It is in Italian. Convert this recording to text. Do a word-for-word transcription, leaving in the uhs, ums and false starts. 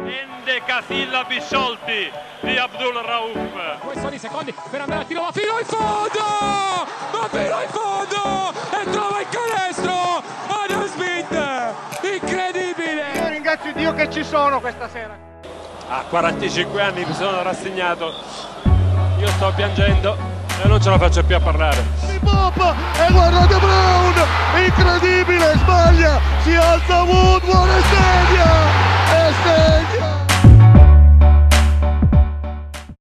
Endecasillabi sciolti di Abdul Rauf. Questo di secondi per andare a tiro, ma fino in fondo! Ma fino in fondo! E trova il canestro! Adam Smith! Incredibile! Io ringrazio Dio che ci sono questa sera. A quarantacinque anni mi sono rassegnato. Io sto piangendo e non ce la faccio più a parlare. Pop, e guardate Brown! Incredibile, sbaglia! Si alza Woodward e segna! E segna!